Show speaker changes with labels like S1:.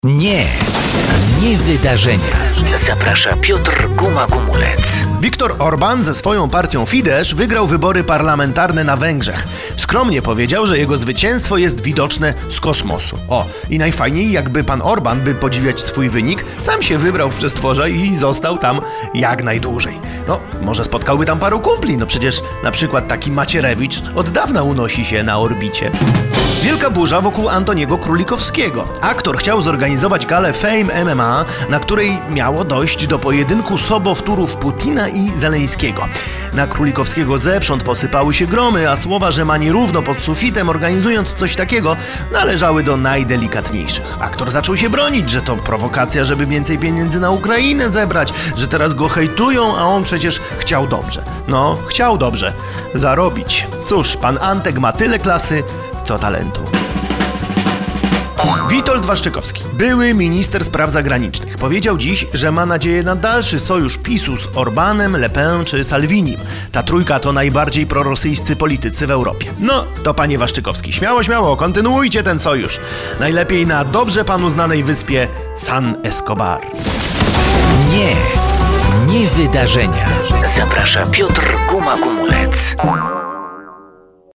S1: Nie wydarzenia. Zaprasza Piotr Guma-Gumulec.
S2: Viktor Orbán ze swoją partią Fidesz wygrał wybory parlamentarne na Węgrzech. Skromnie powiedział, że jego zwycięstwo jest widoczne z kosmosu. I najfajniej, jakby pan Orbán, by podziwiać swój wynik, sam się wybrał w przestworza i został tam jak najdłużej. Może spotkałby tam paru kumpli, przecież na przykład taki Macierewicz od dawna unosi się na orbicie. Wielka burza wokół Antoniego Królikowskiego. Aktor chciał zorganizować galę Fame MMA, na której miało dojść do pojedynku sobowtórów Putina i Zeleńskiego. Na Królikowskiego zewsząd posypały się gromy, a słowa, że ma nierówno pod sufitem, organizując coś takiego, należały do najdelikatniejszych. Aktor zaczął się bronić, że to prowokacja, żeby więcej pieniędzy na Ukrainę zebrać, że teraz go hejtują, a on przecież chciał dobrze. Chciał dobrze. Zarobić. Cóż, pan Antek ma tyle klasy, co talentu. Witold Waszczykowski, były minister spraw zagranicznych, powiedział dziś, że ma nadzieję na dalszy sojusz PiS-u z Orbánem, Le Pen czy Salvinim. Ta trójka to najbardziej prorosyjscy politycy w Europie. To panie Waszczykowski, śmiało, kontynuujcie ten sojusz. Najlepiej na dobrze panu znanej wyspie San Escobar.
S1: Nie wydarzenia. Zaprasza Piotr Guma-Gumulec.